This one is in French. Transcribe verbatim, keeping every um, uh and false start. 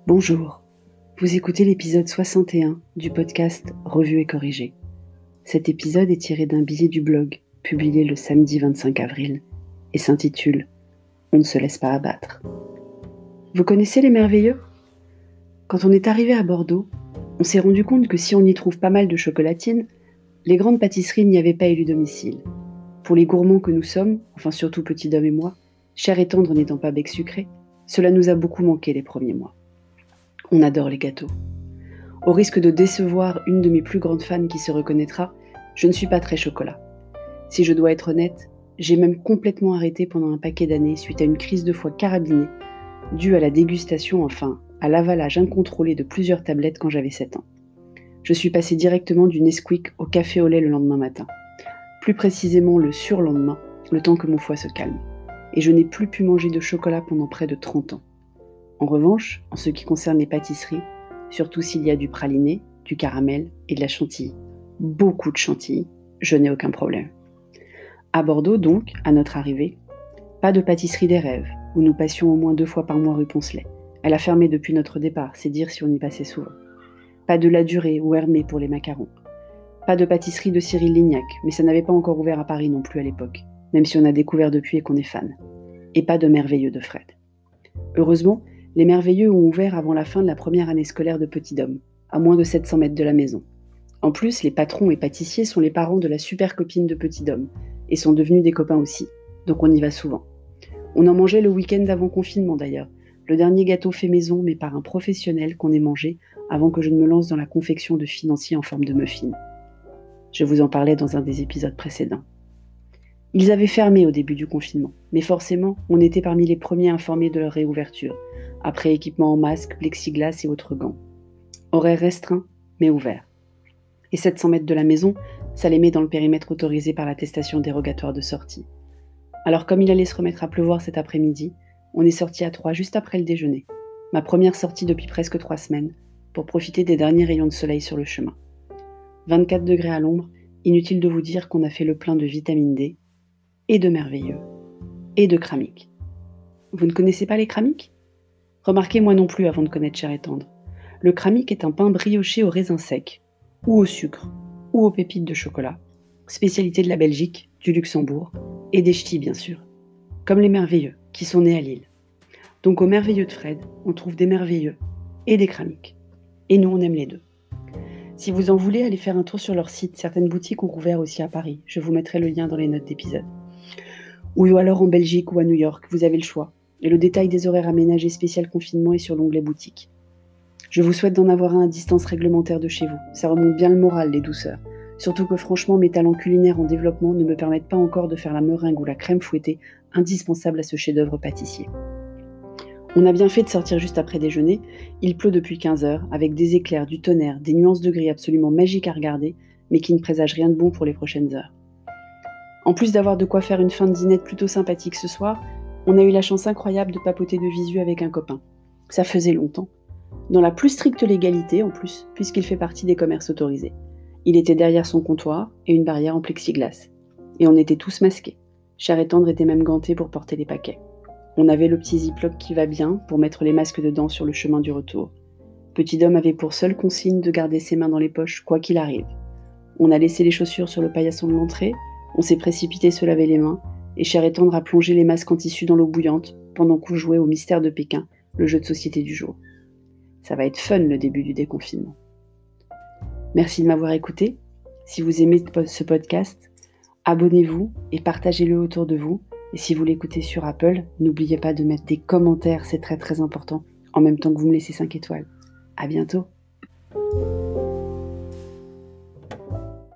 Bonjour, vous écoutez l'épisode soixante et un du podcast Revue et corrigé. Cet épisode est tiré d'un billet du blog publié le samedi vingt-cinq avril et s'intitule « On ne se laisse pas abattre ». Vous connaissez les Merveilleux ? Quand on est arrivé à Bordeaux, on s'est rendu compte que si on y trouve pas mal de chocolatines, les grandes pâtisseries n'y avaient pas élu domicile. Pour les gourmands que nous sommes, enfin surtout Petit Dom et moi, chair et tendre n'étant pas bec sucré, cela nous a beaucoup manqué les premiers mois. On adore les gâteaux. Au risque de décevoir une de mes plus grandes fans qui se reconnaîtra, je ne suis pas très chocolat. Si je dois être honnête, j'ai même complètement arrêté pendant un paquet d'années suite à une crise de foie carabinée, due à la dégustation, enfin à l'avalage incontrôlé de plusieurs tablettes quand j'avais sept ans. Je suis passée directement du Nesquik au café au lait le lendemain matin. Plus précisément le surlendemain, le temps que mon foie se calme. Et je n'ai plus pu manger de chocolat pendant près de trente ans. En revanche, en ce qui concerne les pâtisseries, surtout s'il y a du praliné, du caramel et de la chantilly, beaucoup de chantilly, je n'ai aucun problème. À Bordeaux donc, à notre arrivée, pas de pâtisserie des rêves, où nous passions au moins deux fois par mois rue Poncelet. Elle a fermé depuis notre départ, c'est dire si on y passait souvent. Pas de La Durée ou Hermé pour les macarons. Pas de pâtisserie de Cyril Lignac, mais ça n'avait pas encore ouvert à Paris non plus à l'époque, même si on a découvert depuis et qu'on est fan. Et pas de Merveilleux de Fred. Heureusement, les Merveilleux ont ouvert avant la fin de la première année scolaire de Petit Dom, à moins de sept cents mètres de la maison. En plus, les patrons et pâtissiers sont les parents de la super copine de Petit Dom, et sont devenus des copains aussi, donc on y va souvent. On en mangeait le week-end d'avant confinement d'ailleurs, le dernier gâteau fait maison mais par un professionnel qu'on ait mangé avant que je ne me lance dans la confection de financiers en forme de muffins. Je vous en parlais dans un des épisodes précédents. Ils avaient fermé au début du confinement, mais forcément, on était parmi les premiers informés de leur réouverture, après équipement en masque, plexiglas et autres gants. Horaire restreint, mais ouvert. Et sept cents mètres de la maison, ça les met dans le périmètre autorisé par l'attestation dérogatoire de sortie. Alors comme il allait se remettre à pleuvoir cet après-midi, on est sortis à trois juste après le déjeuner, ma première sortie depuis presque trois semaines, pour profiter des derniers rayons de soleil sur le chemin. vingt-quatre degrés à l'ombre, inutile de vous dire qu'on a fait le plein de vitamine D, et de Merveilleux, et de Cramique. Vous ne connaissez pas les Cramiques ? Remarquez moi non plus avant de connaître Chair et Tendre. Le Cramique est un pain brioché au raisin sec, ou au sucre, ou aux pépites de chocolat, spécialité de la Belgique, du Luxembourg, et des ch'tis bien sûr, comme les Merveilleux, qui sont nés à Lille. Donc aux Merveilleux de Fred, on trouve des Merveilleux et des Cramiques. Et nous on aime les deux. Si vous en voulez, allez faire un tour sur leur site, certaines boutiques ont rouvert aussi à Paris, je vous mettrai le lien dans les notes d'épisode. Ou alors en Belgique ou à New York, vous avez le choix. Et le détail des horaires aménagés spécial confinement est sur l'onglet boutique. Je vous souhaite d'en avoir un à distance réglementaire de chez vous. Ça remonte bien le moral, les douceurs. Surtout que franchement, mes talents culinaires en développement ne me permettent pas encore de faire la meringue ou la crème fouettée, indispensable à ce chef-d'œuvre pâtissier. On a bien fait de sortir juste après déjeuner. Il pleut depuis quinze heures, avec des éclairs, du tonnerre, des nuances de gris absolument magiques à regarder, mais qui ne présagent rien de bon pour les prochaines heures. En plus d'avoir de quoi faire une fin de dînette plutôt sympathique ce soir, on a eu la chance incroyable de papoter de visu avec un copain. Ça faisait longtemps. Dans la plus stricte légalité en plus, puisqu'il fait partie des commerces autorisés. Il était derrière son comptoir et une barrière en plexiglas. Et on était tous masqués. Chair et Tendre était même ganté pour porter les paquets. On avait le petit ziploc qui va bien pour mettre les masques dedans sur le chemin du retour. Petit Dom avait pour seule consigne de garder ses mains dans les poches quoi qu'il arrive. On a laissé les chaussures sur le paillasson de l'entrée. On s'est précipité se laver les mains, et Chair et Tendre a plongé les masques en tissu dans l'eau bouillante, pendant qu'on jouait au Mystère de Pékin, le jeu de société du jour. Ça va être fun le début du déconfinement. Merci de m'avoir écouté. Si vous aimez ce podcast, abonnez-vous et partagez-le autour de vous. Et si vous l'écoutez sur Apple, n'oubliez pas de mettre des commentaires, c'est très très important, en même temps que vous me laissez cinq étoiles. À bientôt.